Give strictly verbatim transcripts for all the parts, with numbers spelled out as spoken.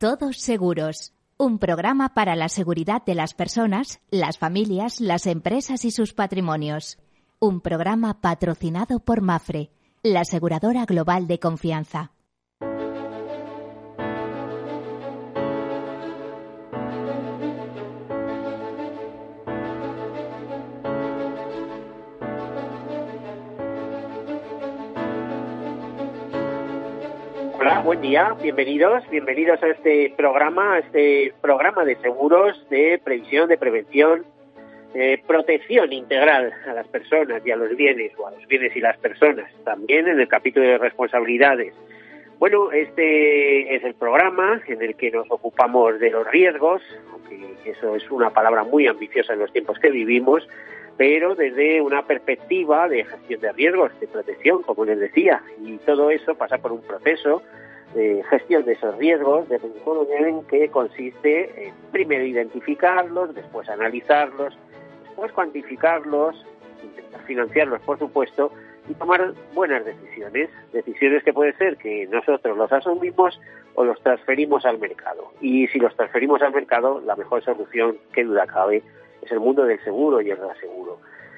Todos Seguros, un programa para la seguridad de las personas, las familias, las empresas y sus patrimonios. Un programa patrocinado por Mapfre, la aseguradora global de confianza. Hola, buen día, bienvenidos, bienvenidos a este programa, a este programa de seguros, de previsión, de prevención, de protección integral a las personas y a los bienes, o a los bienes y las personas, también en el capítulo de responsabilidades. Bueno, este es el programa en el que nos ocupamos de los riesgos, aunque eso es una palabra muy ambiciosa en los tiempos que vivimos, pero desde una perspectiva de gestión de riesgos, de protección, como les decía, y todo eso pasa por un proceso de gestión de esos riesgos, de en que consiste en primero identificarlos, después analizarlos, después cuantificarlos, intentar financiarlos, por supuesto, y tomar buenas decisiones, decisiones que puede ser que nosotros los asumimos o los transferimos al mercado. Y si los transferimos al mercado, la mejor solución, qué duda cabe, es el mundo del seguro y el reaseguro.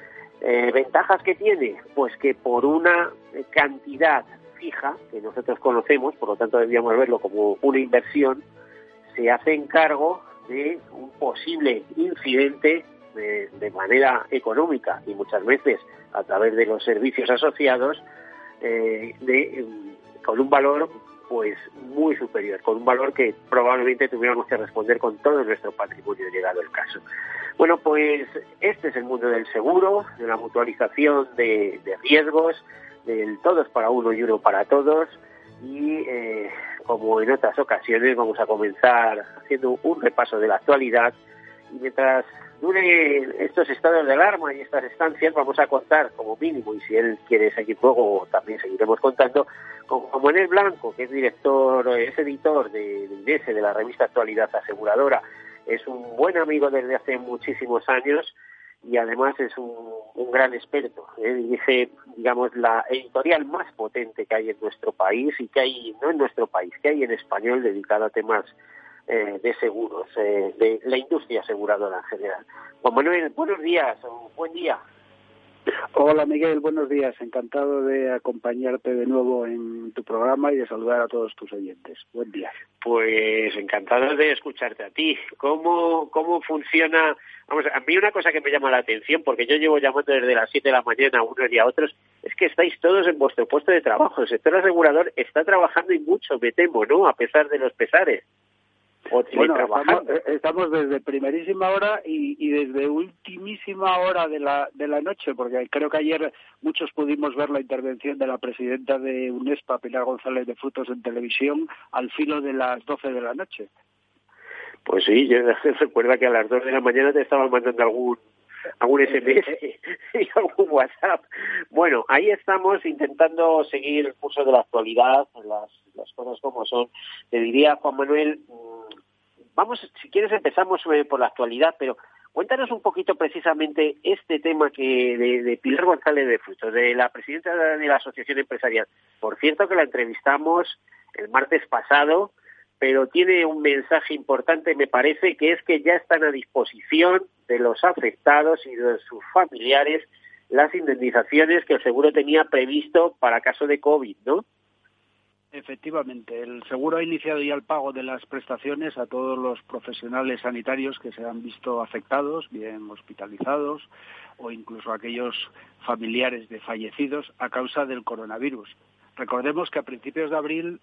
Eh, ¿Ventajas que tiene? Pues que por una cantidad fija, que nosotros conocemos, por lo tanto deberíamos verlo como una inversión, se hace cargo de un posible incidente de, de manera económica y muchas veces a través de los servicios asociados, eh, de, con un valor pues muy superior, con un valor que probablemente tuviéramos que responder con todo nuestro patrimonio llegado el caso. Bueno, pues este es el mundo del seguro, de la mutualización de, de riesgos, del todos para uno y uno para todos, y eh, como en otras ocasiones vamos a comenzar haciendo un repaso de la actualidad, y mientras duren estos estados de alarma y estas estancias vamos a contar como mínimo, y si él quiere seguir luego también seguiremos contando, con Juan Manuel Blanco, que es director, es editor de, de I D E S E, de la revista Actualidad Aseguradora. Es un buen amigo desde hace muchísimos años y además es un, un gran experto. ¿eh? Dirige, digamos, la editorial más potente que hay en nuestro país y que hay, no en nuestro país, que hay en español dedicada a temas eh, de seguros, eh, de la industria aseguradora en general. Juan Manuel, buenos días, un buen día. Hola Miguel, buenos días. Encantado de acompañarte de nuevo en tu programa y de saludar a todos tus oyentes. Buen día. Pues encantado de escucharte a ti. ¿Cómo, cómo funciona? Vamos, a mí una cosa que me llama la atención, porque yo llevo llamando desde las siete de la mañana a unos y a otros, es que estáis todos en vuestro puesto de trabajo. El sector asegurador está trabajando y mucho, me temo, ¿no? A pesar de los pesares. Bueno, estamos, estamos desde primerísima hora y, y desde ultimísima hora de la de la noche, porque creo que ayer muchos pudimos ver la intervención de la presidenta de UNESPA, Pilar González de Frutos, en televisión al filo de las doce de la noche. Pues sí, yo recuerdo que a las dos de la mañana te estaban mandando algún algún ese eme ese y algún WhatsApp. Bueno, ahí estamos intentando seguir el curso de la actualidad, las, las cosas como son. Te diría, Juan Manuel, vamos, si quieres empezamos por la actualidad, pero cuéntanos un poquito precisamente este tema que de, de Pilar González de Frutos, de la presidenta de la Asociación Empresarial. Por cierto que la entrevistamos el martes pasado, pero tiene un mensaje importante, me parece, que es que ya están a disposición de los afectados y de sus familiares las indemnizaciones que el seguro tenía previsto para caso de COVID, ¿no? Efectivamente, el seguro ha iniciado ya el pago de las prestaciones a todos los profesionales sanitarios que se han visto afectados, bien hospitalizados o incluso aquellos familiares de fallecidos a causa del coronavirus. Recordemos que a principios de abril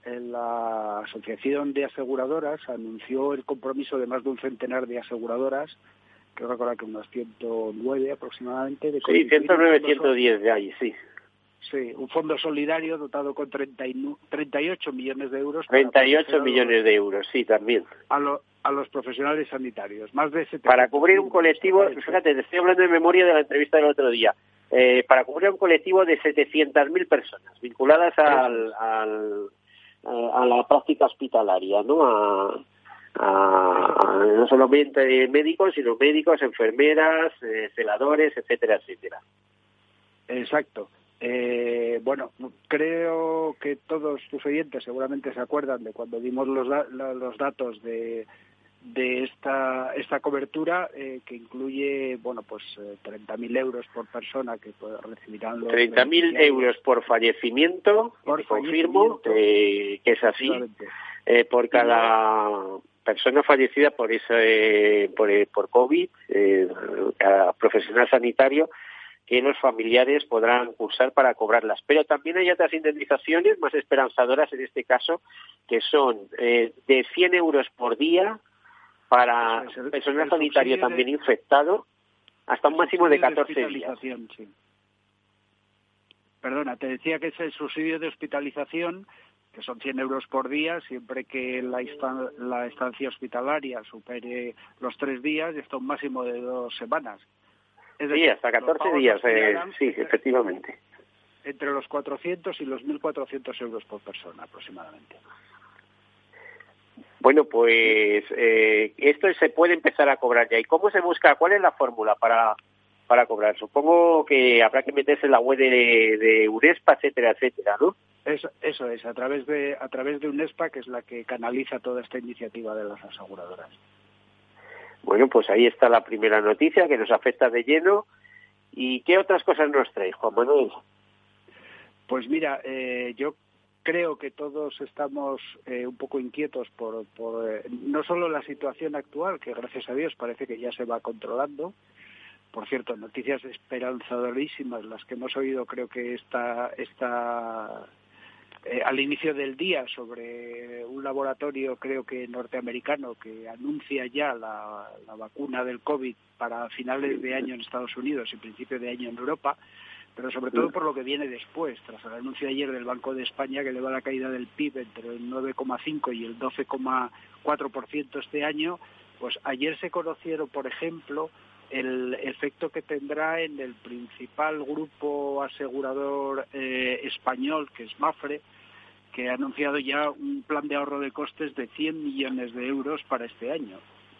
la Asociación de Aseguradoras anunció el compromiso de más de un centenar de aseguradoras, creo recordar que unas ciento nueve aproximadamente. De sí, ciento nueve, ciento diez de ahí, sí. Sí, un fondo solidario dotado con treinta y ocho millones de euros. treinta y ocho millones de euros, sí, también. A, lo, a los profesionales sanitarios, más de setecientos. Para cubrir un colectivo, fíjate, te estoy hablando de memoria de la entrevista del otro día, eh, para cubrir un colectivo de setecientas mil personas vinculadas al, al, a la práctica hospitalaria, ¿no? A, a, a no solamente médicos, sino médicos, enfermeras, eh, celadores, etcétera, etcétera. Exacto. Eh, bueno, creo que todos tus oyentes seguramente se acuerdan de cuando dimos los, da- los datos de, de esta esta cobertura, eh, que incluye, bueno, pues eh, treinta mil euros por persona que pues, recibirán los treinta mil euros por fallecimiento, por y confirmo que, que es así, eh, por cada persona fallecida por ese por, por COVID, eh, cada profesional sanitario, que los familiares podrán cursar para cobrarlas. Pero también hay otras indemnizaciones más esperanzadoras en este caso, que son eh, de cien euros por día para es el, personal el sanitario también de, infectado, hasta un máximo de catorce de días. Sí. Perdona, te decía que es el subsidio de hospitalización, que son cien euros por día, siempre que la, instan- la estancia hospitalaria supere los tres días y hasta un máximo de dos semanas. Es Sí, decir, hasta catorce días, eh, sí, entre, efectivamente. Entre los cuatrocientos y los mil cuatrocientos euros por persona, aproximadamente. Bueno, pues eh, esto se puede empezar a cobrar ya. ¿Y cómo se busca? ¿Cuál es la fórmula para para cobrar? Supongo que habrá que meterse en la web de, de UNESPA, etcétera, etcétera, ¿no? Eso, eso es, a través de a través de UNESPA, que es la que canaliza toda esta iniciativa de las aseguradoras. Bueno, pues ahí está la primera noticia que nos afecta de lleno. ¿Y qué otras cosas nos trae, Juan Manuel? Pues mira, eh, yo creo que todos estamos eh, un poco inquietos por, por eh, no solo la situación actual, que gracias a Dios parece que ya se va controlando. Por cierto, noticias esperanzadorísimas las que hemos oído, creo que esta, esta eh, al inicio del día, sobre un laboratorio, creo que norteamericano, que anuncia ya la, la vacuna del COVID para finales de año en Estados Unidos y principio de año en Europa, pero sobre todo por lo que viene después, tras el anuncio ayer del Banco de España que le va la caída del P I B entre el nueve coma cinco y el doce coma cuatro por ciento este año. Pues ayer se conocieron, por ejemplo, el efecto que tendrá en el principal grupo asegurador eh, español, que es Mafre, que ha anunciado ya un plan de ahorro de costes de cien millones de euros para este año,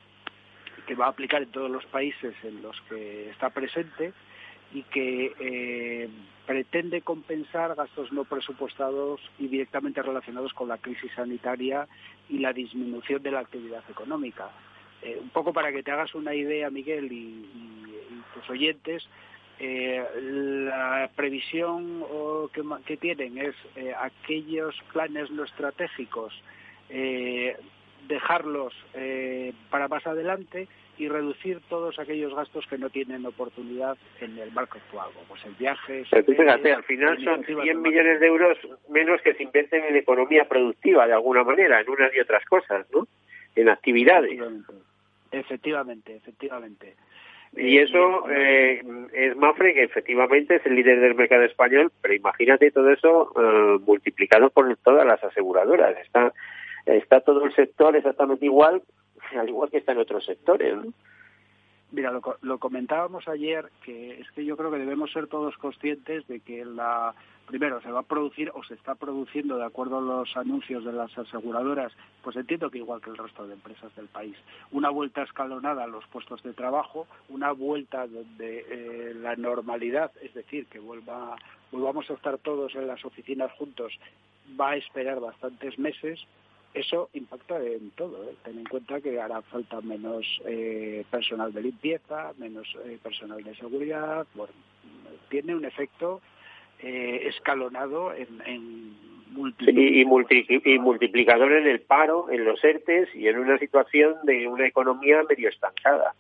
que va a aplicar en todos los países en los que está presente y que eh, pretende compensar gastos no presupuestados y directamente relacionados con la crisis sanitaria y la disminución de la actividad económica. Eh, un poco para que te hagas una idea, Miguel, y, y, y tus oyentes, eh, la previsión oh, que, que tienen es eh, aquellos planes no estratégicos, eh, dejarlos eh, para más adelante y reducir todos aquellos gastos que no tienen oportunidad en el marco actual, pues el viaje... Pero tú fíjate, al final son cien millones de euros menos que se invierten en economía productiva, de alguna manera, en unas y otras cosas, ¿no? En actividades. Efectivamente, efectivamente. Y eso eh, es Mafre, que efectivamente es el líder del mercado español, pero imagínate todo eso eh, multiplicado por todas las aseguradoras. Está, está todo el sector exactamente igual, al igual que está en otros sectores, ¿no? Mira, lo, lo comentábamos ayer, que es que yo creo que debemos ser todos conscientes de que la primero se va a producir o se está produciendo, de acuerdo a los anuncios de las aseguradoras, pues entiendo que igual que el resto de empresas del país, una vuelta escalonada a los puestos de trabajo, una vuelta donde eh, la normalidad, es decir, que vuelva volvamos a estar todos en las oficinas juntos, va a esperar bastantes meses. Eso impacta en todo, ¿eh? Ten en cuenta que hará falta menos eh, personal de limpieza, menos eh, personal de seguridad. Bueno, tiene un efecto eh, escalonado en, en multi sí, y, multi y multiplicador en el paro, en los ERTES y en una situación de una economía medio estancada.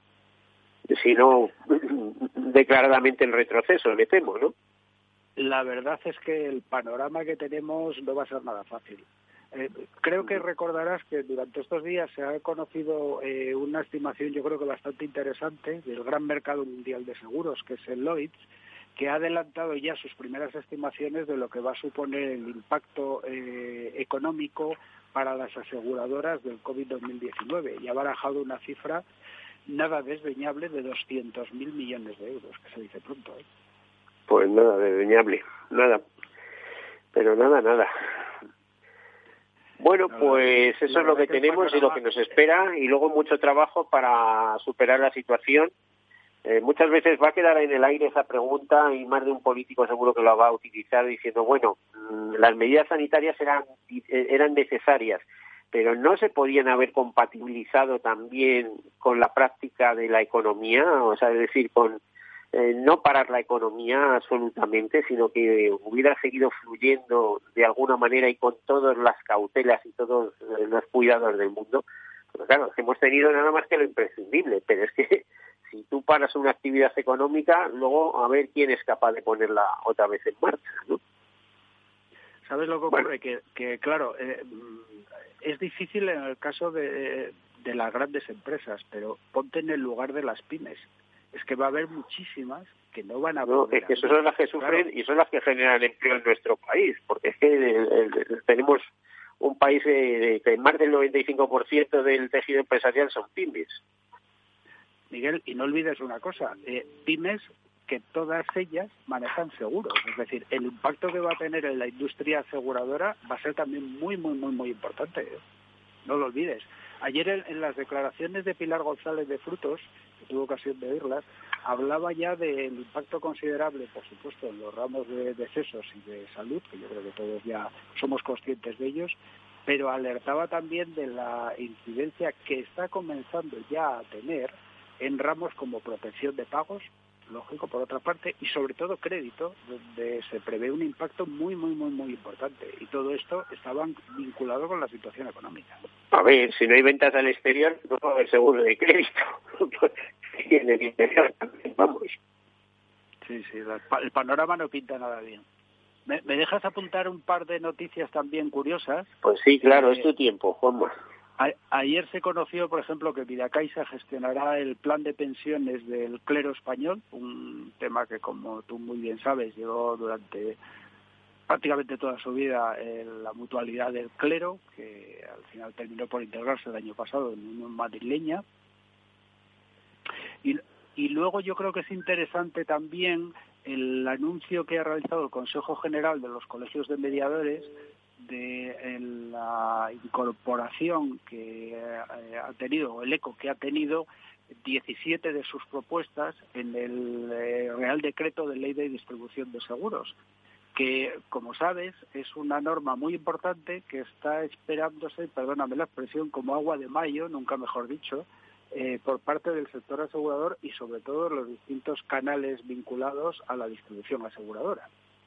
Si no, declaradamente en retroceso, me temo, ¿no? La verdad es que el panorama que tenemos no va a ser nada fácil. Eh, creo que recordarás que durante estos días se ha conocido eh, una estimación, yo creo que bastante interesante, del gran mercado mundial de seguros, que es el Lloyd's, que ha adelantado ya sus primeras estimaciones de lo que va a suponer el impacto eh, económico para las aseguradoras del COVID dos mil diecinueve, y ha barajado una cifra nada desdeñable de doscientos mil millones de euros, que se dice pronto, ¿eh? Pues nada desdeñable, nada, pero nada, nada. Bueno, pues eso es lo que tenemos y lo que nos espera, y luego mucho trabajo para superar la situación Eh, muchas veces va a quedar en el aire esa pregunta y más de un político seguro que lo va a utilizar diciendo, bueno, mmm, las medidas sanitarias eran, eran necesarias, pero no se podían haber compatibilizado también con la práctica de la economía, o sea, es decir, con eh, no parar la economía absolutamente, sino que hubiera seguido fluyendo de alguna manera y con todas las cautelas y todos eh, los cuidados del mundo. Pero claro, hemos tenido nada más que lo imprescindible, pero es que si tú paras una actividad económica, luego a ver quién es capaz de ponerla otra vez en marcha, ¿no? ¿Sabes lo que Bueno. ocurre? Que, que claro, eh, es difícil en el caso de, de las grandes empresas, pero ponte en el lugar de las pymes. Es que va a haber muchísimas que no van a No, poder es que abrir. son las que sufren, claro. Y son las que generan empleo en nuestro país, porque es que el, el, tenemos un país eh, que más del noventa y cinco por ciento del tejido empresarial son pymes. Miguel, y no olvides una cosa, eh, pymes que todas ellas manejan seguros, es decir, el impacto que va a tener en la industria aseguradora va a ser también muy, muy, muy, muy importante, ¿eh? No lo olvides. Ayer en, en las declaraciones de Pilar González de Frutos, que tuve ocasión de oírlas, hablaba ya del impacto considerable, por supuesto, en los ramos de decesos y de salud, que yo creo que todos ya somos conscientes de ellos, pero alertaba también de la incidencia que está comenzando ya a tener en ramos como protección de pagos, lógico, por otra parte, y sobre todo crédito, donde se prevé un impacto muy, muy, muy, muy importante. Y todo esto estaba vinculado con la situación económica. A ver, si no hay ventas al exterior, no va a haber seguro de crédito. Y en el interior también, vamos. Sí, sí, el panorama no pinta nada bien. ¿Me, me dejas apuntar un par de noticias también curiosas? Pues sí, claro, eh, es tu tiempo, Juanma. A, ayer se conoció, por ejemplo, que Vidacaixa gestionará el plan de pensiones del clero español, un tema que, como tú muy bien sabes, llevó durante prácticamente toda su vida en la mutualidad del clero, que al final terminó por integrarse el año pasado en Unión Madrileña. Y, y luego yo creo que es interesante también el anuncio que ha realizado el Consejo General de los Colegios de Mediadores de la incorporación que eh, ha tenido, el eco que ha tenido diecisiete de sus propuestas en el eh, Real Decreto de Ley de Distribución de Seguros, que, como sabes, es una norma muy importante que está esperándose, perdóname la expresión, como agua de mayo, nunca mejor dicho, eh, por parte del sector asegurador y sobre todo los distintos canales vinculados a la distribución aseguradora.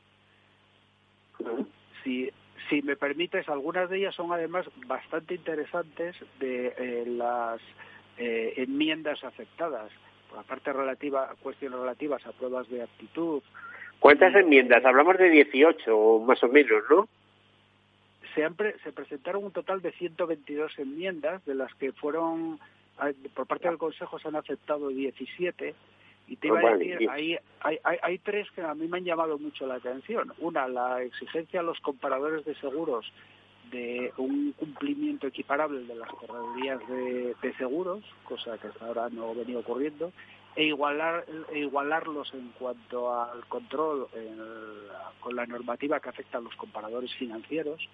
Si Si me permites, algunas de ellas son además bastante interesantes de eh, las eh, enmiendas aceptadas, por la parte relativa a cuestiones relativas a pruebas de aptitud. ¿Cuántas y, enmiendas? Eh, Hablamos de dieciocho, más o menos, ¿no? Se, han pre se presentaron un total de ciento veintidós enmiendas, de las que fueron, por parte del Consejo se han aceptado diecisiete. Y te iba a decir, hay, hay, hay, hay tres que a mí me han llamado mucho la atención. Una, la exigencia a los comparadores de seguros de un cumplimiento equiparable de las corredurías de, de seguros, cosa que hasta ahora no venía ocurriendo, e igualar e igualarlos en cuanto al control en el, con la normativa que afecta a los comparadores financieros.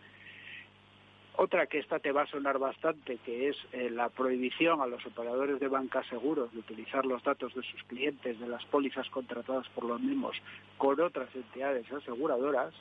Otra que esta te va a sonar bastante, que es eh, la prohibición a los operadores de banca seguros de utilizar los datos de sus clientes de las pólizas contratadas por los mismos con otras entidades aseguradoras.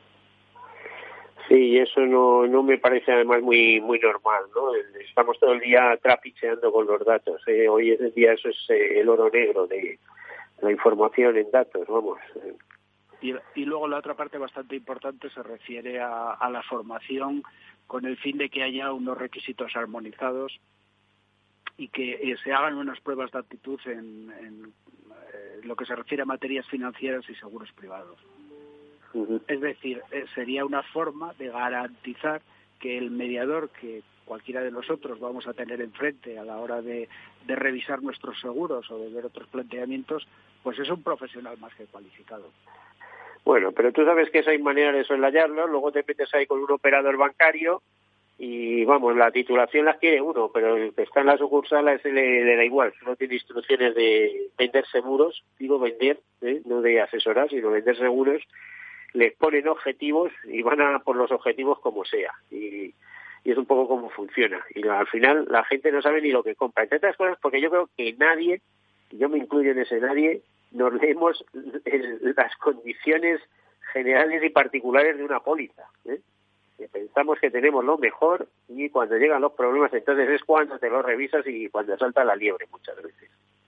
Sí, eso no no me parece además muy muy normal, ¿no? Estamos todo el día trapicheando con los datos. ¿eh? Hoy en día eso es eh, el oro negro de la información en datos, vamos. Y, y luego la otra parte bastante importante se refiere a, a la formación, con el fin de que haya unos requisitos armonizados y que eh, se hagan unas pruebas de aptitud en, en eh, lo que se refiere a materias financieras y seguros privados. Uh-huh. Es decir, eh, sería una forma de garantizar que el mediador que cualquiera de nosotros vamos a tener enfrente a la hora de, de revisar nuestros seguros o de ver otros planteamientos, pues es un profesional más que cualificado. Bueno, pero tú sabes que eso hay manera de soslayarlo, luego te metes ahí con un operador bancario y, vamos, la titulación la quiere uno, pero el que está en la sucursal a ese le, le da igual, solo tiene instrucciones de vender seguros, digo vender, ¿eh? No de asesorar, sino vender seguros, les ponen objetivos y van a por los objetivos como sea, y, y es un poco como funciona, y al final la gente no sabe ni lo que compra, entre otras cosas porque yo creo que nadie yo me incluyo en ese nadie, nos leemos el, las condiciones generales y particulares de una póliza, ¿eh? Que pensamos que tenemos lo mejor y cuando llegan los problemas entonces es cuando te lo revisas y cuando salta la liebre muchas veces.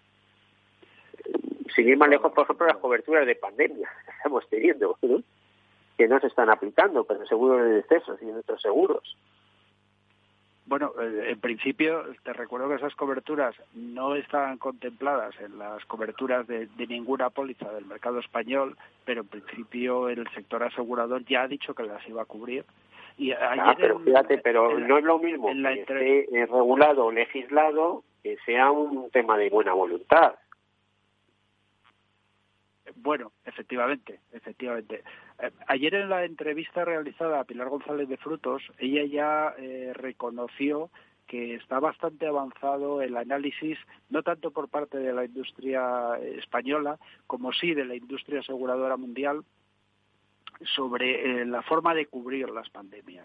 Sin ir más lejos, por ejemplo, las coberturas de pandemia que estamos teniendo, ¿no? Que no se están aplicando, pero seguros de decesos y en otros seguros. Bueno, en principio te recuerdo que esas coberturas no están contempladas en las coberturas de, de ninguna póliza del mercado español, pero en principio el sector asegurador ya ha dicho que las iba a cubrir. Y ayer ah, pero en, fíjate, pero en, no es lo mismo que entre... esté regulado o legislado que sea un tema de buena voluntad. Bueno, efectivamente, efectivamente. Eh, ayer en la entrevista realizada a Pilar González de Frutos, ella ya eh, reconoció que está bastante avanzado el análisis, no tanto por parte de la industria española, como sí de la industria aseguradora mundial, sobre eh, la forma de cubrir las pandemias.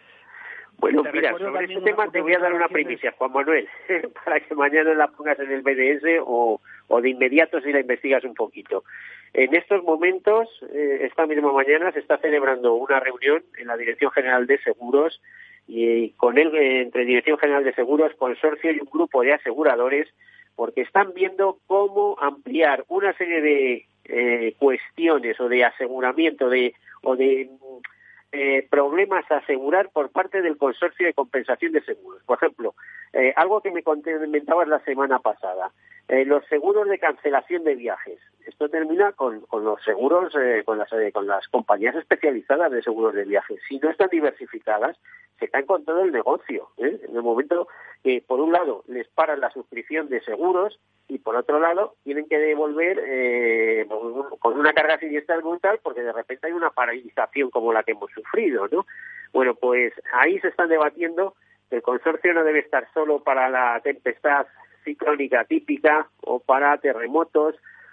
Bueno, mira, sobre este tema te voy a dar una primicia, Juan Manuel, para que mañana la pongas en el B D S o, o de inmediato si la investigas un poquito. En estos momentos, eh, esta misma mañana, se está celebrando una reunión en la Dirección General de Seguros y con él, eh, entre Dirección General de Seguros, Consorcio y un grupo de aseguradores, porque están viendo cómo ampliar una serie de eh, cuestiones o de aseguramiento de o de Eh, problemas a asegurar por parte del Consorcio de Compensación de Seguros. Por ejemplo, eh, algo que me comentabas la semana pasada, eh, los seguros de cancelación de viajes. Esto termina con, con los seguros, eh, con, las, eh, con las compañías especializadas de seguros de viajes. Si no están diversificadas, se caen con todo el negocio, ¿eh? En el momento que, por un lado, les paran la suscripción de seguros y, por otro lado, tienen que devolver eh, con una carga siniestral brutal porque de repente hay una paralización como la que hemos sufrido, ¿no? Bueno, pues ahí se están debatiendo que el consorcio no debe estar solo para la tempestad ciclónica típica o para terremotos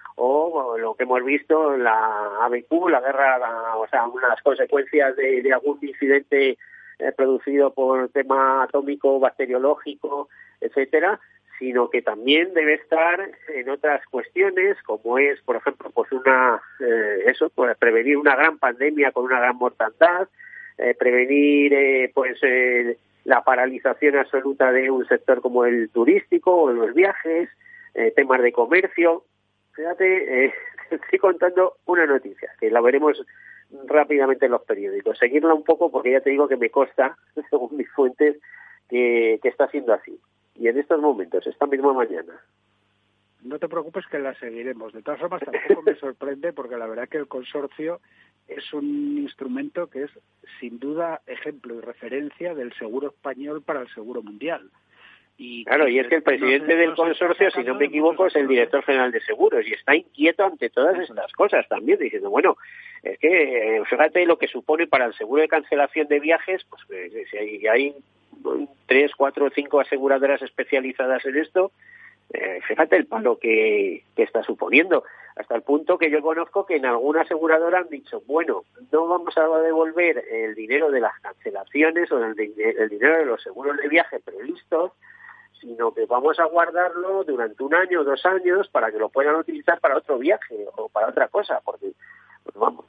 o lo que hemos visto, la A B Q, la guerra, la, o sea, unas consecuencias de, de algún incidente eh, producido por tema atómico, bacteriológico, etcétera, sino que también debe estar en otras cuestiones, como es, por ejemplo, pues una eh, eso, pues prevenir una gran pandemia con una gran mortandad, eh, prevenir eh, pues eh, la paralización absoluta de un sector como el turístico o los viajes, eh, temas de comercio. Fíjate, eh, te estoy contando una noticia, que la veremos rápidamente en los periódicos. Seguirla un poco porque ya te digo que me consta, según mis fuentes, que, que está siendo así. Y en estos momentos, esta misma mañana. No te preocupes que la seguiremos. De todas formas, tampoco me sorprende porque la verdad que el consorcio es un instrumento que es sin duda ejemplo y referencia del seguro español para el seguro mundial. Y claro, y es que el presidente del consorcio, si no me equivoco, es el director general de seguros y está inquieto ante todas estas cosas también, diciendo, bueno, es que fíjate lo que supone para el seguro de cancelación de viajes, pues si hay, hay tres, cuatro o cinco aseguradoras especializadas en esto, eh, fíjate el palo que, que está suponiendo, hasta el punto que yo conozco que en alguna aseguradora han dicho, bueno, no vamos a devolver el dinero de las cancelaciones o el, el dinero de los seguros de viaje previstos, sino que vamos a guardarlo durante un año o dos años para que lo puedan utilizar para otro viaje o para otra cosa, porque, pues vamos,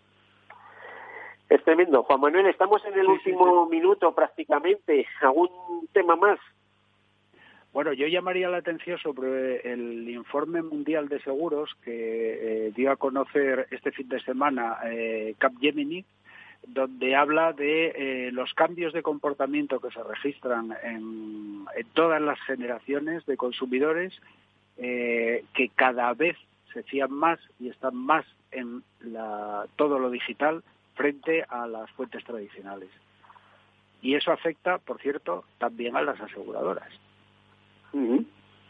es tremendo. Juan Manuel, estamos en el sí, último sí, sí. minuto prácticamente. ¿Algún tema más? Bueno, yo llamaría la atención sobre el informe mundial de seguros que eh, dio a conocer este fin de semana eh, Capgemini, donde habla de eh, los cambios de comportamiento que se registran en, en todas las generaciones de consumidores, eh, que cada vez se fían más y están más en la, todo lo digital frente a las fuentes tradicionales. Y eso afecta, por cierto, también a las aseguradoras. Uh-huh.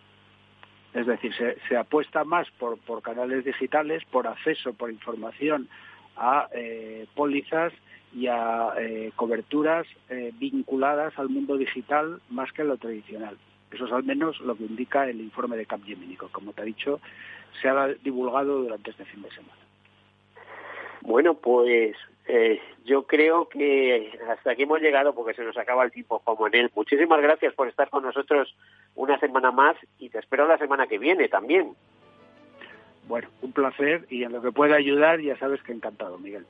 Es decir, se, se apuesta más por, por canales digitales, por acceso, por información a eh, pólizas y a eh, coberturas eh, vinculadas al mundo digital más que a lo tradicional. Eso es al menos lo que indica el informe de Capgemini, que, como te he dicho, se ha divulgado durante este fin de semana. Bueno, pues eh, yo creo que hasta aquí hemos llegado porque se nos acaba el tiempo, Juan Manuel. Muchísimas gracias por estar con nosotros una semana más y te espero la semana que viene también. Bueno, un placer, y en lo que pueda ayudar ya sabes que encantado, Miguel.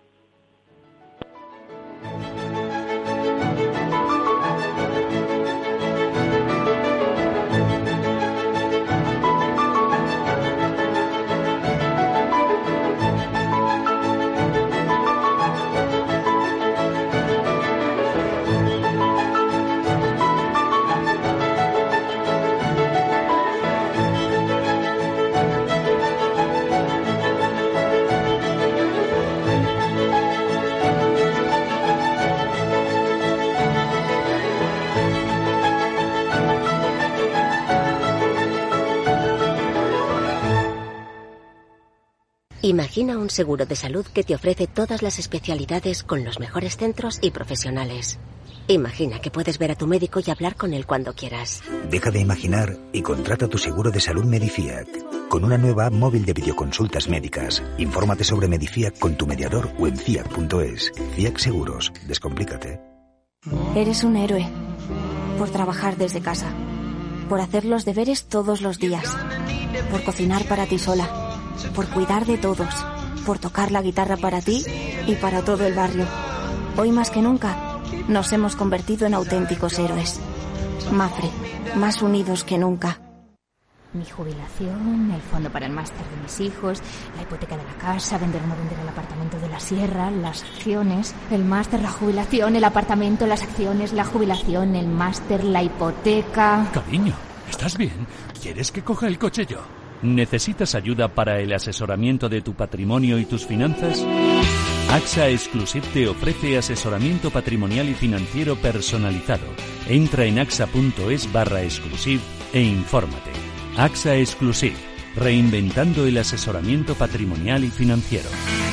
Imagina un seguro de salud que te ofrece todas las especialidades con los mejores centros y profesionales. Imagina que puedes ver a tu médico y hablar con él cuando quieras. Deja de imaginar y contrata tu seguro de salud Medifiac. Con una nueva app móvil de videoconsultas médicas. Infórmate sobre Medifiac con tu mediador o en fiac punto es. Fiac Seguros. Descomplícate. Eres un héroe. Por trabajar desde casa. Por hacer los deberes todos los días. Por cocinar para ti sola. Por cuidar de todos, por tocar la guitarra para ti y para todo el barrio. Hoy más que nunca, nos hemos convertido en auténticos héroes. Mapfre, más unidos que nunca. Mi jubilación, el fondo para el máster de mis hijos, la hipoteca de la casa, vender o no vender el apartamento de la sierra, las acciones, el máster, la jubilación, el apartamento, las acciones, la jubilación, el máster, la hipoteca... Cariño, ¿estás bien? ¿Quieres que coja el coche yo? ¿Necesitas ayuda para el asesoramiento de tu patrimonio y tus finanzas? AXA Exclusive te ofrece asesoramiento patrimonial y financiero personalizado. Entra en axa punto es barra exclusive e infórmate. AXA Exclusive, reinventando el asesoramiento patrimonial y financiero.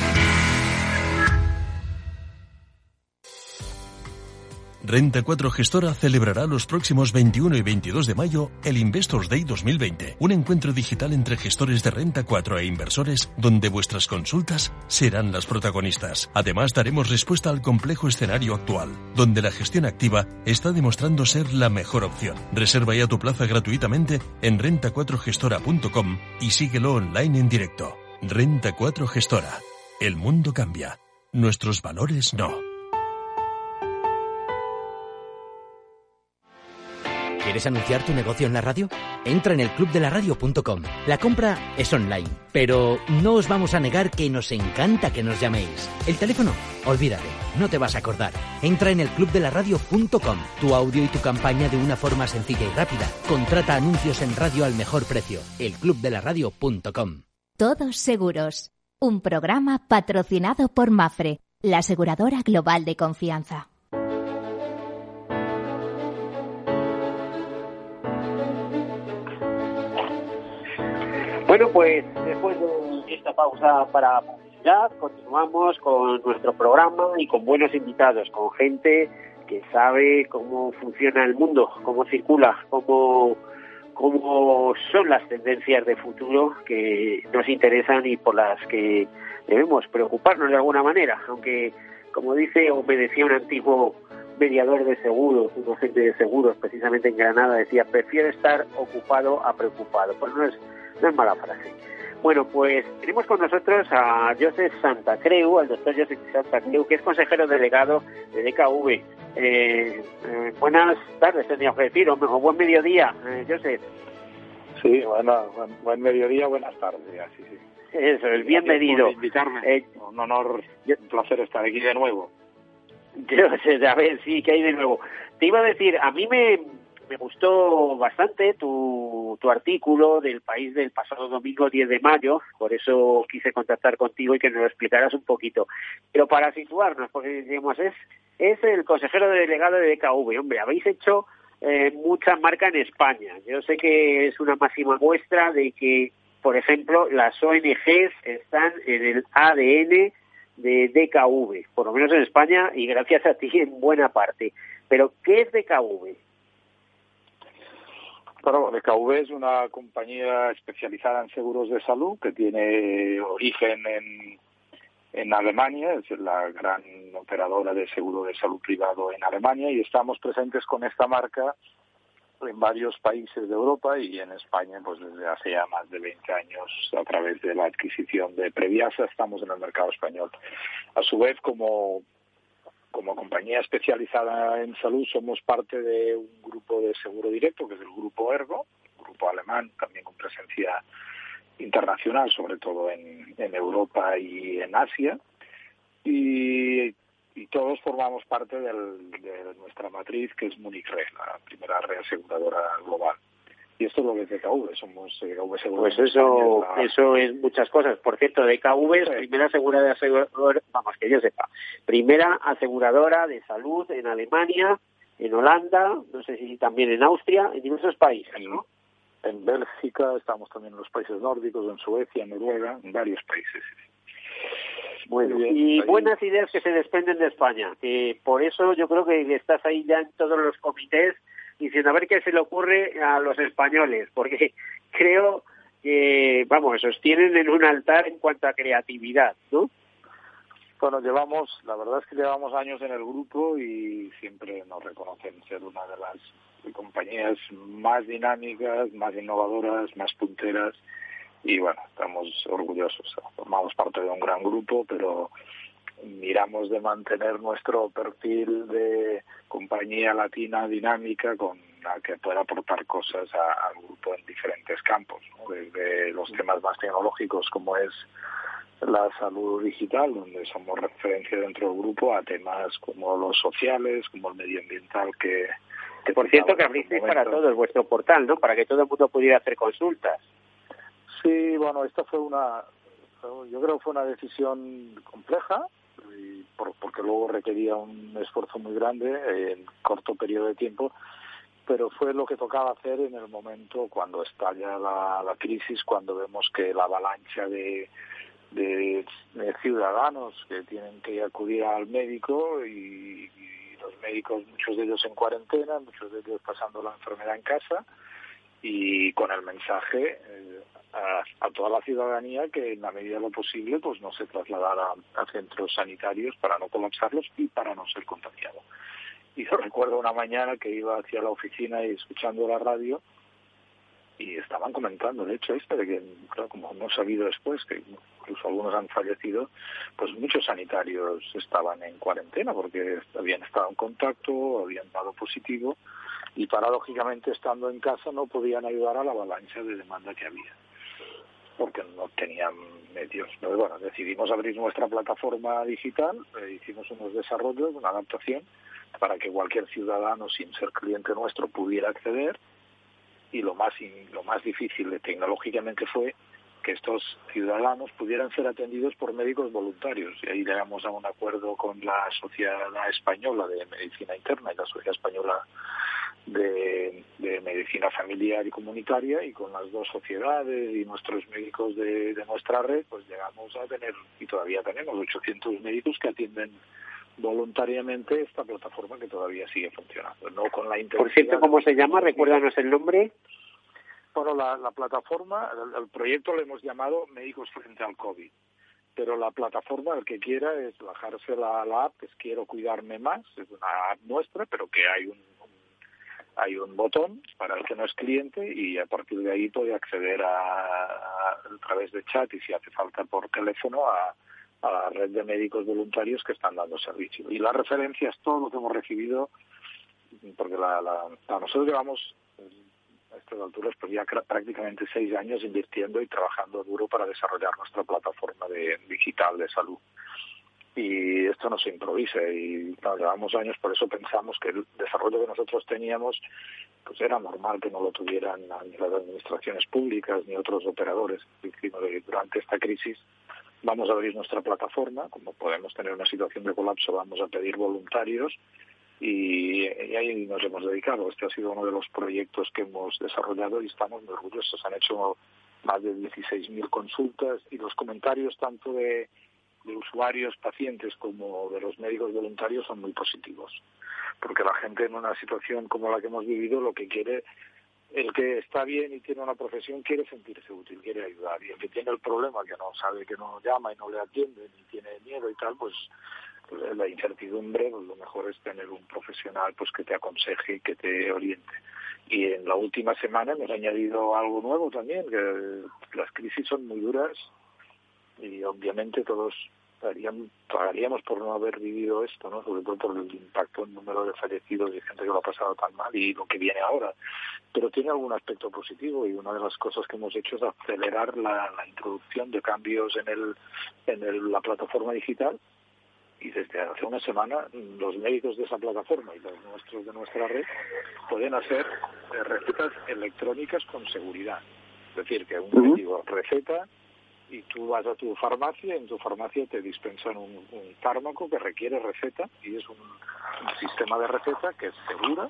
Renta cuatro Gestora celebrará los próximos veintiuno y veintidós de mayo el Investors Day dos mil veinte, un encuentro digital entre gestores de Renta cuatro e inversores donde vuestras consultas serán las protagonistas. Además, daremos respuesta al complejo escenario actual, donde la gestión activa está demostrando ser la mejor opción. Reserva ya tu plaza gratuitamente en renta cuatro gestora punto com y síguelo online en directo. Renta cuatro Gestora. El mundo cambia. Nuestros valores no. ¿Quieres anunciar tu negocio en la radio? Entra en el club de la radio punto com. La compra es online, pero no os vamos a negar que nos encanta que nos llaméis. El teléfono, olvídate, no te vas a acordar. Entra en el club de la radio punto com. Tu audio y tu campaña de una forma sencilla y rápida. Contrata anuncios en radio al mejor precio. el club de la radio punto com. Todos seguros. Un programa patrocinado por Mapfre, la aseguradora global de confianza. Bueno, pues después de esta pausa para publicidad, continuamos con nuestro programa y con buenos invitados, con gente que sabe cómo funciona el mundo, cómo circula, cómo, cómo son las tendencias de futuro que nos interesan y por las que debemos preocuparnos de alguna manera, aunque, como dice o me decía un antiguo mediador de seguros, un agente de seguros precisamente en Granada, decía, prefiero estar ocupado a preocupado. Pues no es No es mala frase. Bueno, pues tenemos con nosotros a Josep Santacreu, al doctor Josep Santacreu, que es consejero delegado de D K V. Eh, eh, buenas tardes, tendría que decir, o, o buen mediodía, eh, Josep. Sí, bueno, buen, buen mediodía, buenas tardes, sí, sí. Eso, es bienvenido. Por invitarme, eh, un honor, yo, un placer estar aquí de nuevo. Josep, a ver, sí, ¿qué hay de nuevo? Te iba a decir, a mí me... Me gustó bastante tu, tu artículo del País del pasado domingo diez de mayo, por eso quise contactar contigo y que nos lo explicaras un poquito. Pero para situarnos, porque digamos, es, es el consejero delegado de D K V. Hombre, habéis hecho eh, mucha marca en España. Yo sé que es una máxima muestra de que, por ejemplo, las O N Ges están en el A D N de D K V, por lo menos en España, y gracias a ti en buena parte. Pero, ¿qué es D K V? Bueno, D K V es una compañía especializada en seguros de salud que tiene origen en, en Alemania, es la gran operadora de seguro de salud privado en Alemania, y estamos presentes con esta marca en varios países de Europa y en España pues desde hace ya más de veinte años a través de la adquisición de Previasa estamos en el mercado español. A su vez, como como compañía especializada en salud somos parte de un grupo de seguro directo que es el Grupo Ergo, un grupo alemán también con presencia internacional, sobre todo en, en Europa y en Asia, y y todos formamos parte del, de nuestra matriz, que es Munich Re, la primera reaseguradora global. Y esto es lo que es D K V, somos D K V Seguro. Pues eso, la... eso es muchas cosas. Por cierto, D K V es sí. primera aseguradora, vamos, que yo sepa, primera aseguradora de salud en Alemania, en Holanda, no sé si también en Austria, en diversos países, ¿no? En Bélgica, estamos también en los países nórdicos, en Suecia, en Noruega, en varios países. Bueno, bien, y ahí. buenas ideas que se desprenden de España, que por eso yo creo que estás ahí ya en todos los comités diciendo a ver qué se le ocurre a los españoles, porque creo que, vamos, os tienen en un altar en cuanto a creatividad, ¿no? Bueno, llevamos, la verdad es que llevamos años en el grupo y siempre nos reconocen ser una de las compañías más dinámicas, más innovadoras, más punteras. Y bueno, estamos orgullosos. Formamos parte de un gran grupo, pero miramos de mantener nuestro perfil de compañía latina dinámica con la que pueda aportar cosas a, al grupo en diferentes campos, ¿no? Desde los temas más tecnológicos como es la salud digital, donde somos referencia dentro del grupo, a temas como los sociales, como el medioambiental que... que por cierto que abristeis para todo vuestro portal, ¿no? Para que todo el mundo pudiera hacer consultas. Sí, bueno, esta fue una, yo creo que fue una decisión compleja, y por, porque luego requería un esfuerzo muy grande en corto periodo de tiempo, pero fue lo que tocaba hacer en el momento cuando estalla la, la crisis, cuando vemos que la avalancha de, de, de ciudadanos que tienen que acudir al médico y, y los médicos, muchos de ellos en cuarentena, muchos de ellos pasando la enfermedad en casa, y con el mensaje eh, a, a toda la ciudadanía que en la medida de lo posible pues no se trasladara a centros sanitarios para no colapsarlos y para no ser contagiado. Y yo recuerdo una mañana que iba hacia la oficina y escuchando la radio y estaban comentando el hecho este de que, claro, como hemos sabido después, que incluso algunos han fallecido, pues muchos sanitarios estaban en cuarentena porque habían estado en contacto, habían dado positivo, y paradójicamente estando en casa no podían ayudar a la avalancha de demanda que había porque no tenían medios. Pero bueno, decidimos abrir nuestra plataforma digital, eh, hicimos unos desarrollos, una adaptación para que cualquier ciudadano sin ser cliente nuestro pudiera acceder, y lo más in, lo más difícil de, tecnológicamente fue que estos ciudadanos pudieran ser atendidos por médicos voluntarios, y ahí llegamos a un acuerdo con la Sociedad Española de Medicina Interna y la Sociedad Española de, de Medicina Familiar y Comunitaria, y con las dos sociedades y nuestros médicos de, de nuestra red, pues llegamos a tener, y todavía tenemos, ochocientos médicos que atienden voluntariamente esta plataforma que todavía sigue funcionando. No con la intensidad. Por cierto, ¿cómo se llama? Recuérdanos el nombre. Bueno, la, la plataforma, el, el proyecto le hemos llamado Médicos Frente al COVID, pero la plataforma, el que quiera, es bajarse la, la app, que es Quiero Cuidarme Más, es una app nuestra, pero que hay un, un hay un botón para el que no es cliente, y a partir de ahí puede acceder a, a, a través de chat y si hace falta por teléfono a, a la red de médicos voluntarios que están dando servicio. Y las referencias, todo lo que hemos recibido, porque la, la, la nosotros llevamos a estas alturas pues ya prácticamente seis años invirtiendo y trabajando duro para desarrollar nuestra plataforma de digital de salud. Y esto no se improvisa, y claro, llevamos años, por eso pensamos que el desarrollo que nosotros teníamos pues era normal que no lo tuvieran ni las administraciones públicas ni otros operadores. Durante esta crisis vamos a abrir nuestra plataforma, como podemos tener una situación de colapso vamos a pedir voluntarios, y, y ahí nos hemos dedicado. Este ha sido uno de los proyectos que hemos desarrollado y estamos muy orgullosos. Han hecho más de dieciséis mil consultas, y los comentarios tanto de de usuarios, pacientes, como de los médicos voluntarios son muy positivos, porque la gente en una situación como la que hemos vivido lo que quiere, el que está bien y tiene una profesión quiere sentirse útil, quiere ayudar, y el que tiene el problema, que no sabe, que no llama y no le atienden y tiene miedo y tal, pues la incertidumbre, pues lo mejor es tener un profesional pues que te aconseje y que te oriente. Y en la última semana hemos añadido algo nuevo también, que las crisis son muy duras y obviamente todos pagaríamos, pagaríamos por no haber vivido esto, ¿no? Sobre todo por el impacto en número de fallecidos y gente que lo ha pasado tan mal y lo que viene ahora. Pero tiene algún aspecto positivo, y una de las cosas que hemos hecho es acelerar la, la introducción de cambios en el en el, la plataforma digital. Y desde hace una semana los médicos de esa plataforma y los nuestros de nuestra red pueden hacer eh, recetas electrónicas con seguridad. Es decir, que un médico receta y tú vas a tu farmacia y en tu farmacia te dispensan un, un fármaco que requiere receta, y es un, un sistema de receta que es segura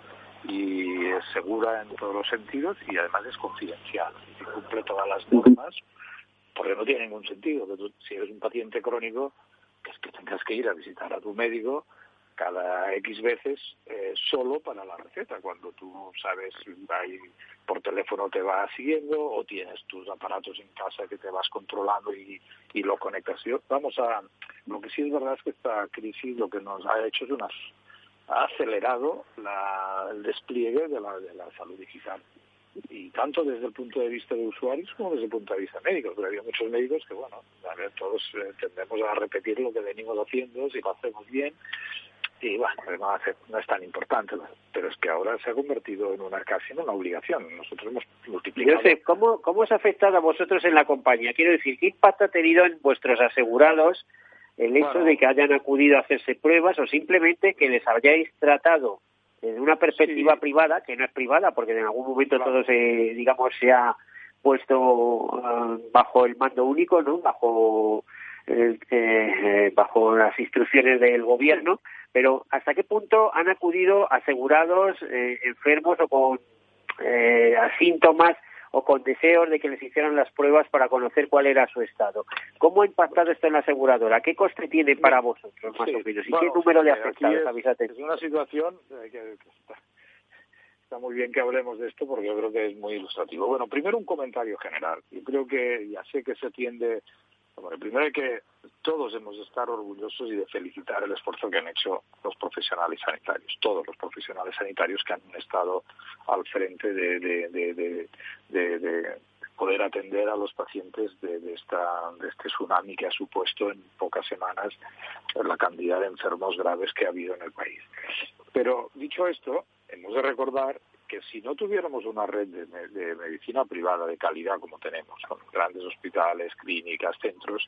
y es segura en todos los sentidos, y además es confidencial y cumple todas las normas, porque no tiene ningún sentido que tú, si eres un paciente crónico, que es que tengas que ir a visitar a tu médico cada X veces eh, solo para la receta, cuando tú sabes, ahí por teléfono te va siguiendo o tienes tus aparatos en casa que te vas controlando y, y lo conectas. Yo, vamos a, lo que sí es verdad es que esta crisis lo que nos ha hecho es una, ha acelerado la, el despliegue de la, de la salud digital. Y tanto desde el punto de vista de usuarios como desde el punto de vista de médicos, porque había muchos médicos que, bueno, a ver, todos eh, tendemos a repetir lo que venimos haciendo, si lo hacemos bien, y bueno, no, hace, no es tan importante, pero es que ahora se ha convertido en una casi en una obligación. Nosotros hemos multiplicado. Yo sé, ¿cómo, ¿cómo os ha afectado a vosotros en la compañía? Quiero decir, ¿qué impacto ha tenido en vuestros asegurados el hecho bueno, de que hayan acudido a hacerse pruebas o simplemente que les hayáis tratado desde una perspectiva sí. privada, que no es privada, porque en algún momento claro. todo se, digamos, se ha puesto uh, bajo el mando único, ¿no? Bajo el, eh, bajo las instrucciones del gobierno, pero ¿hasta qué punto han acudido asegurados, eh, enfermos o con eh, síntomas o con deseos de que les hicieran las pruebas para conocer cuál era su estado? ¿Cómo ha impactado esto en la aseguradora? ¿Qué coste tiene para vosotros, más sí. o menos? ¿Y bueno, qué número de afectados habéis atendido? Es una situación eh, que, que está, está muy bien que hablemos de esto, porque yo creo que es muy ilustrativo. Bueno, primero un comentario general. Yo creo que ya sé que se tiende... Bueno, primero hay que todos hemos de estar orgullosos y de felicitar el esfuerzo que han hecho los profesionales sanitarios, todos los profesionales sanitarios que han estado al frente de, de, de, de, de, de poder atender a los pacientes de, de, esta, de este tsunami que ha supuesto en pocas semanas la cantidad de enfermos graves que ha habido en el país. Pero dicho esto, hemos de recordar que si no tuviéramos una red de, de medicina privada de calidad como tenemos, con grandes hospitales, clínicas, centros,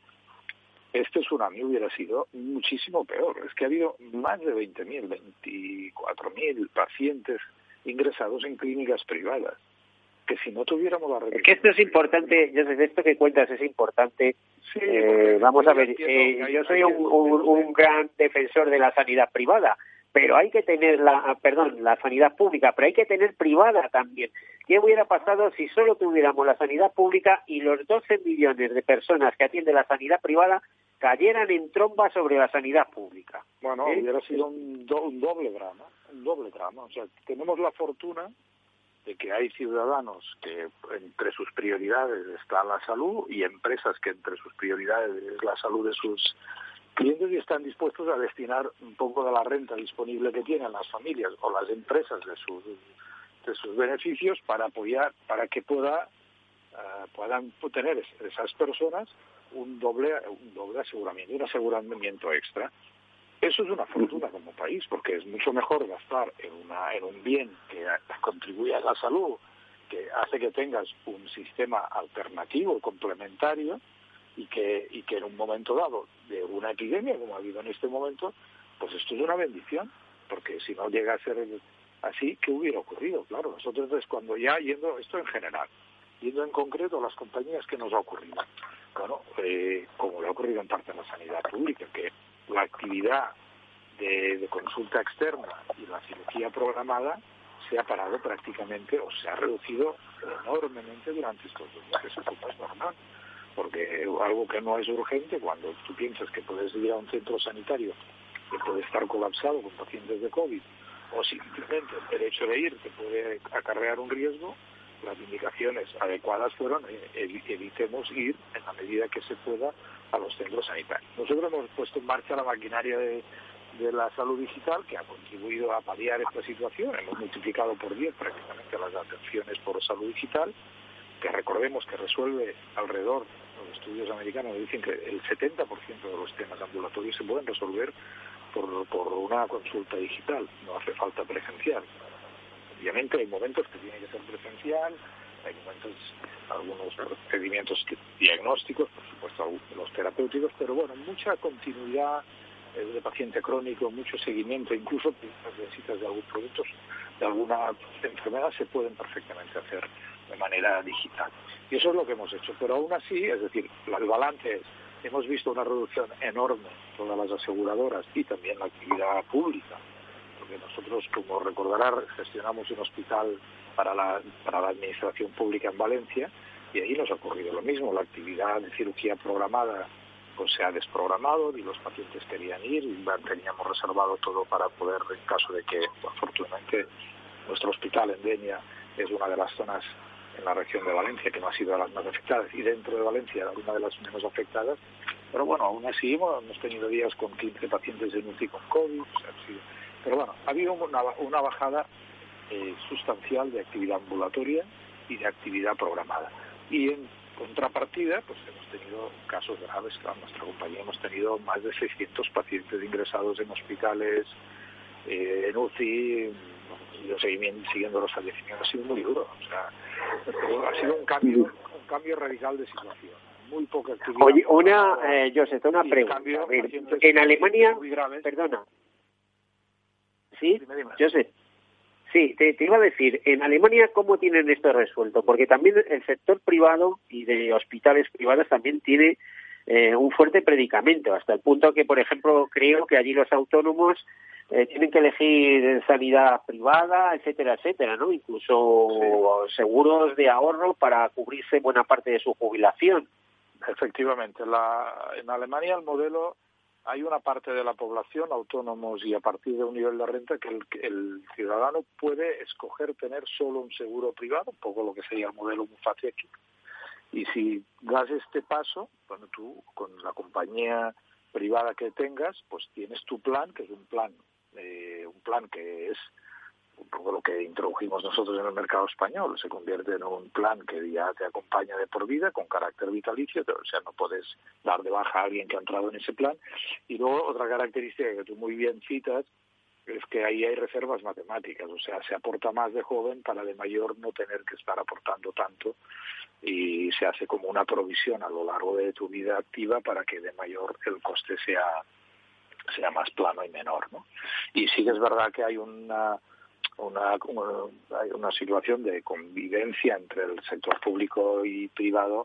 este tsunami hubiera sido muchísimo peor. Es que ha habido más de veinte mil, veinticuatro mil pacientes ingresados en clínicas privadas, que si no tuviéramos la red... Es que esto es importante, yo sé, esto que cuentas es importante. Sí, eh, vamos a ver, eh, yo soy un, un, un gran defensor de la sanidad privada, pero hay que tener la, perdón, la sanidad pública, pero hay que tener privada también. ¿Qué hubiera pasado si solo tuviéramos la sanidad pública y los doce millones de personas que atienden la sanidad privada cayeran en tromba sobre la sanidad pública? Bueno, ¿Eh? hubiera sido un, do, un doble drama, un doble drama. O sea, tenemos la fortuna de que hay ciudadanos que entre sus prioridades está la salud y empresas que entre sus prioridades es la salud de sus clientes y están dispuestos a destinar un poco de la renta disponible que tienen las familias o las empresas de sus de sus beneficios para apoyar, para que pueda uh, puedan tener esas personas un doble un doble aseguramiento, un aseguramiento extra. Eso es una fortuna como país, porque es mucho mejor gastar en una en un bien que contribuye a la salud, que hace que tengas un sistema alternativo, complementario, y que y que en un momento dado de una epidemia como ha habido en este momento, pues esto es una bendición, porque si no llega a ser así, ¿qué hubiera ocurrido? Claro, nosotros entonces cuando ya yendo, esto en general, yendo en concreto a las compañías que nos ha ocurrido, bueno, eh, como le ha ocurrido en parte en la sanidad pública, que la actividad de, de consulta externa y la cirugía programada se ha parado prácticamente o se ha reducido enormemente durante estos dos meses, como es normal. Porque algo que no es urgente, cuando tú piensas que puedes ir a un centro sanitario que puede estar colapsado con pacientes de COVID, o simplemente el hecho de ir te puede acarrear un riesgo, las indicaciones recomendaciones adecuadas fueron eh, evitemos ir en la medida que se pueda a los centros sanitarios. Nosotros hemos puesto en marcha la maquinaria de, de la salud digital, que ha contribuido a paliar esta situación. Hemos multiplicado por diez prácticamente las atenciones por salud digital, que recordemos que resuelve alrededor, los estudios americanos dicen que el setenta por ciento de los temas ambulatorios se pueden resolver por, por una consulta digital, no hace falta presencial. Obviamente hay momentos que tiene que ser presencial, hay momentos, algunos procedimientos diagnósticos, por supuesto los terapéuticos, pero bueno, mucha continuidad de paciente crónico, mucho seguimiento, incluso las visitas de algunos productos, de alguna enfermedad se pueden perfectamente hacer de manera digital. Y eso es lo que hemos hecho. Pero aún así, es decir, el balance es, hemos visto una reducción enorme en todas las aseguradoras y también la actividad pública, porque nosotros, como recordará, gestionamos un hospital para la, para la administración pública en Valencia, y ahí nos ha ocurrido lo mismo. La actividad de cirugía programada pues se ha desprogramado y los pacientes querían ir y teníamos reservado todo para poder, en caso de que, afortunadamente, nuestro hospital en Denia es una de las zonas en la región de Valencia que no ha sido de las más afectadas, y dentro de Valencia una de las menos afectadas, pero bueno, aún así hemos, hemos tenido días con quince pacientes en U C I con COVID, o sea, sí, pero bueno, ha habido una, una bajada eh, sustancial de actividad ambulatoria y de actividad programada. Y en contrapartida, pues hemos tenido casos graves. Claro, nuestra compañía hemos tenido más de seiscientos pacientes ingresados en hospitales, eh, en U C I, y seguimiento, siguiendo los fallecimientos. Ha sido muy duro. O sea, ha sido un cambio, un cambio radical de situación. Muy poca actividad. Oye, una, eh, Josep, una pregunta. Cambio, a ver, en Alemania, perdona. ¿Sí? Dime, dime. Josep. Sí, te, te iba a decir, en Alemania, ¿cómo tienen esto resuelto? Porque también el sector privado y de hospitales privados también tiene eh, un fuerte predicamento, hasta el punto que, por ejemplo, creo que allí los autónomos eh, tienen que elegir sanidad privada, etcétera, etcétera, ¿no? Incluso sí. Seguros de ahorro para cubrirse buena parte de su jubilación. Efectivamente, la, en Alemania el modelo... Hay una parte de la población, autónomos y a partir de un nivel de renta, que el, el ciudadano puede escoger tener solo un seguro privado, un poco lo que sería el modelo Muface aquí. Y si das este paso, bueno, tú con la compañía privada que tengas, pues tienes tu plan, que es un plan, eh, un plan que es un poco lo que introdujimos nosotros en el mercado español. Se convierte en un plan que ya te acompaña de por vida con carácter vitalicio, o sea, no puedes dar de baja a alguien que ha entrado en ese plan. Y luego otra característica que tú muy bien citas es que ahí hay reservas matemáticas, o sea, se aporta más de joven para de mayor no tener que estar aportando tanto, y se hace como una provisión a lo largo de tu vida activa para que de mayor el coste sea, sea más plano y menor, ¿no? Y sí que es verdad que hay una Una, una, hay una situación de convivencia entre el sector público y privado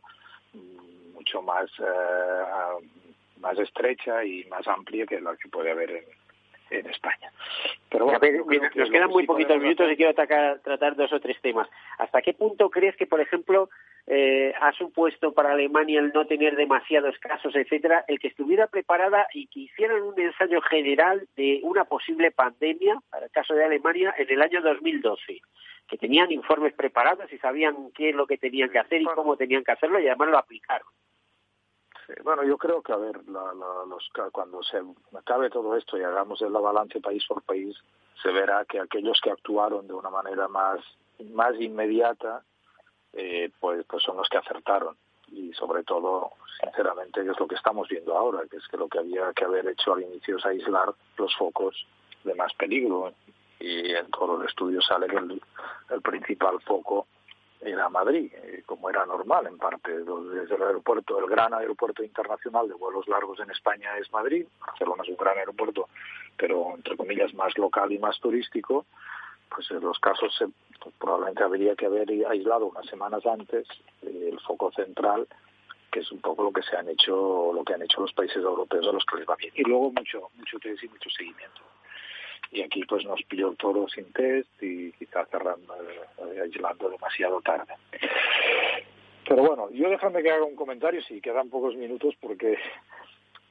mucho más eh, más estrecha y más amplia que la que puede haber en, en España. Pero bueno, ver, mira, nos quedan muy poquitos minutos hacer... y quiero atacar, tratar dos o tres temas. ¿Hasta qué punto crees que, por ejemplo, eh, ha supuesto para Alemania el no tener demasiados casos, etcétera, el que estuviera preparada y que hicieran un ensayo general de una posible pandemia, para el caso de Alemania, en el año dos mil doce? Que tenían informes preparados y sabían qué es lo que tenían que hacer y cómo tenían que hacerlo, y además lo aplicaron. Sí, bueno, yo creo que, a ver, la, la, los, cuando se acabe todo esto y hagamos el balance país por país, se verá que aquellos que actuaron de una manera más, más inmediata, eh, pues, pues son los que acertaron. Y sobre todo, sinceramente, que es lo que estamos viendo ahora, que es que lo que había que haber hecho al inicio es aislar los focos de más peligro. Y en todo el estudio sale que el, el principal foco era Madrid, eh, como era normal en parte. Desde el aeropuerto, el gran aeropuerto internacional de vuelos largos en España es Madrid. Barcelona es un gran aeropuerto, pero entre comillas más local y más turístico. Pues en los casos se, pues, probablemente habría que haber aislado unas semanas antes eh, el foco central, que es un poco lo que se han hecho, lo que han hecho los países europeos a los que les va bien. Y luego mucho, mucho test y mucho seguimiento. Y aquí pues nos pilló todo sin test y quizás cerrando, eh, aislando demasiado tarde. Pero bueno, yo déjame que haga un comentario, si quedan pocos minutos, porque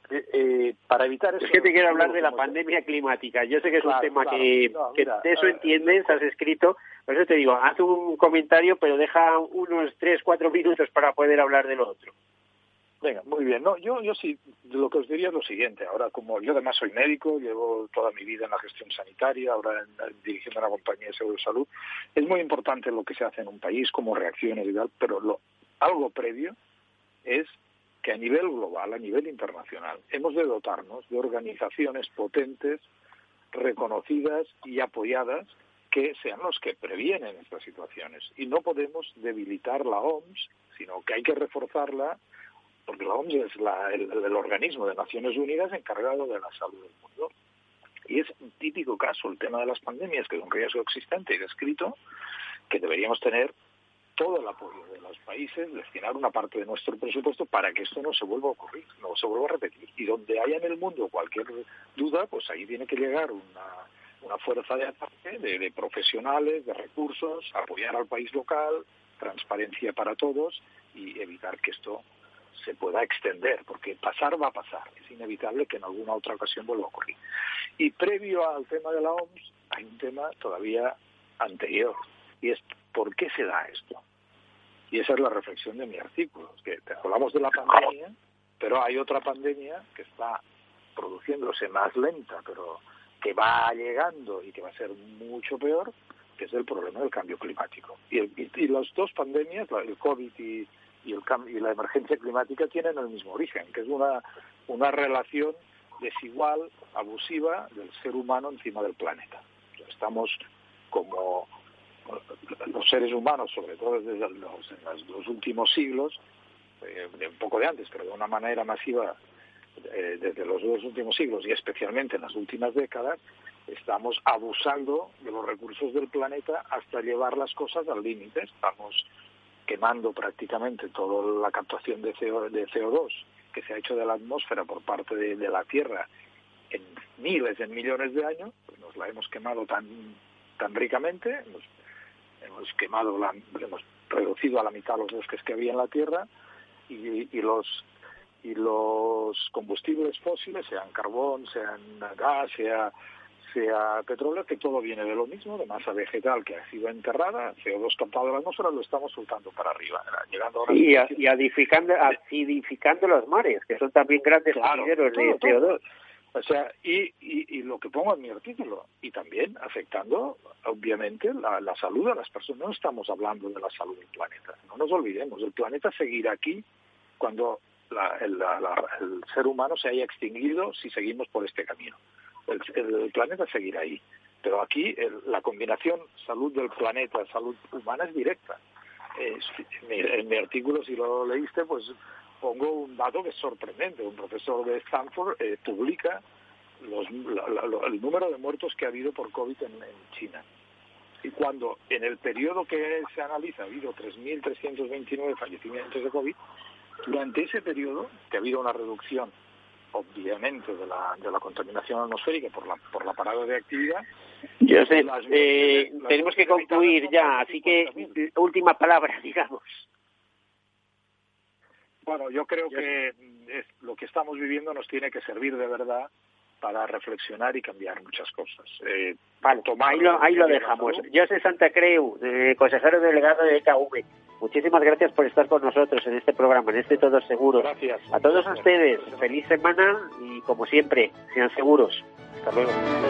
eh, eh, para evitar eso... Es que te quiero hablar de la pandemia climática. Yo sé que es claro, un tema claro, que, no, mira, que de eso entiendes, has escrito. Por eso te digo, haz un comentario, pero deja unos tres, cuatro minutos para poder hablar de lo otro. Venga, muy bien. No, yo, yo sí, lo que os diría es lo siguiente. Ahora, como yo además soy médico, llevo toda mi vida en la gestión sanitaria, ahora en, en, dirigiendo una compañía de seguro de salud, es muy importante lo que se hace en un país, cómo reacciona y tal, pero lo, algo previo es que a nivel global, a nivel internacional, hemos de dotarnos de organizaciones potentes, reconocidas y apoyadas, que sean los que previenen estas situaciones. Y no podemos debilitar la O M S, sino que hay que reforzarla, porque la O M S es la, el, el organismo de Naciones Unidas encargado de la salud del mundo. Y es un típico caso, el tema de las pandemias, que es un riesgo existente y descrito, que deberíamos tener todo el apoyo de los países, destinar una parte de nuestro presupuesto para que esto no se vuelva a ocurrir, no se vuelva a repetir. Y donde haya en el mundo cualquier duda, pues ahí tiene que llegar una, una fuerza de ataque de, de profesionales, de recursos, apoyar al país local, transparencia para todos y evitar que esto se pueda extender, porque pasar va a pasar, es inevitable que en alguna otra ocasión vuelva a ocurrir. Y previo al tema de la O M S, hay un tema todavía anterior, y es ¿por qué se da esto? Y esa es la reflexión de mi artículo, es que hablamos de la pandemia, pero hay otra pandemia que está produciéndose más lenta, pero que va llegando y que va a ser mucho peor, que es el problema del cambio climático. Y, el, y, y las dos pandemias, el COVID y Y, el, y la emergencia climática tienen el mismo origen, que es una, una relación desigual, abusiva del ser humano encima del planeta. Estamos como los seres humanos, sobre todo desde los, en los, los últimos siglos, eh, de un poco de antes, pero de una manera masiva eh, desde los dos últimos siglos y especialmente en las últimas décadas, estamos abusando de los recursos del planeta hasta llevar las cosas al límite. Estamos quemando prácticamente toda la captación de C O, de C O dos que se ha hecho de la atmósfera por parte de, de la Tierra en miles, en millones de años, pues nos la hemos quemado tan tan ricamente, hemos, hemos quemado, la, hemos reducido a la mitad los bosques que había en la Tierra y, y los y los combustibles fósiles, sean carbón, sean gas, sea sea petróleo, que todo viene de lo mismo, de masa vegetal que ha sido enterrada, C O dos captado de la atmósfera, lo estamos soltando para arriba, llegando ahora y, a, y acidificando, acidificando los mares, que son también grandes sumideros claro, de C O dos. O sea, y, y, y lo que pongo en mi artículo, y también afectando, obviamente, la, la salud de las personas. No estamos hablando de la salud del planeta, no nos olvidemos, el planeta seguirá aquí cuando la, el, la, la, el ser humano se haya extinguido si seguimos por este camino. El, el planeta seguirá ahí, pero aquí el, la combinación salud del planeta, salud humana es directa. Es, en, mi, en mi artículo, si lo leíste, pues pongo un dato que es sorprendente. Un profesor de Stanford eh, publica los, la, la, el número de muertos que ha habido por COVID en, en China. Y cuando en el periodo que se analiza ha habido tres mil trescientos veintinueve fallecimientos de COVID, durante ese periodo, que ha habido una reducción obviamente de la de la contaminación atmosférica por la por la parada de actividad. Yo sé, las, eh, las tenemos que concluir ya, así que última palabra, digamos. Bueno, yo creo que es, lo que estamos viviendo nos tiene que servir de verdad para reflexionar y cambiar muchas cosas. Eh, vale, ahí lo, ahí lo dejamos. José Santa Creu, eh, consejero delegado de E K V. Muchísimas gracias por estar con nosotros en este programa, en este Todos Seguros. Gracias. A todos ustedes, feliz semana y, como siempre, sean seguros. Hasta luego.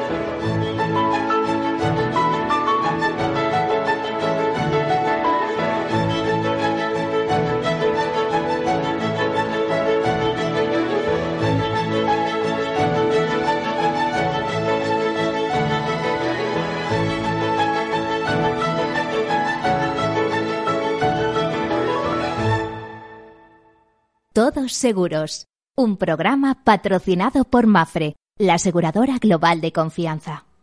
Todos Seguros, un programa patrocinado por Mapfre, la aseguradora global de confianza.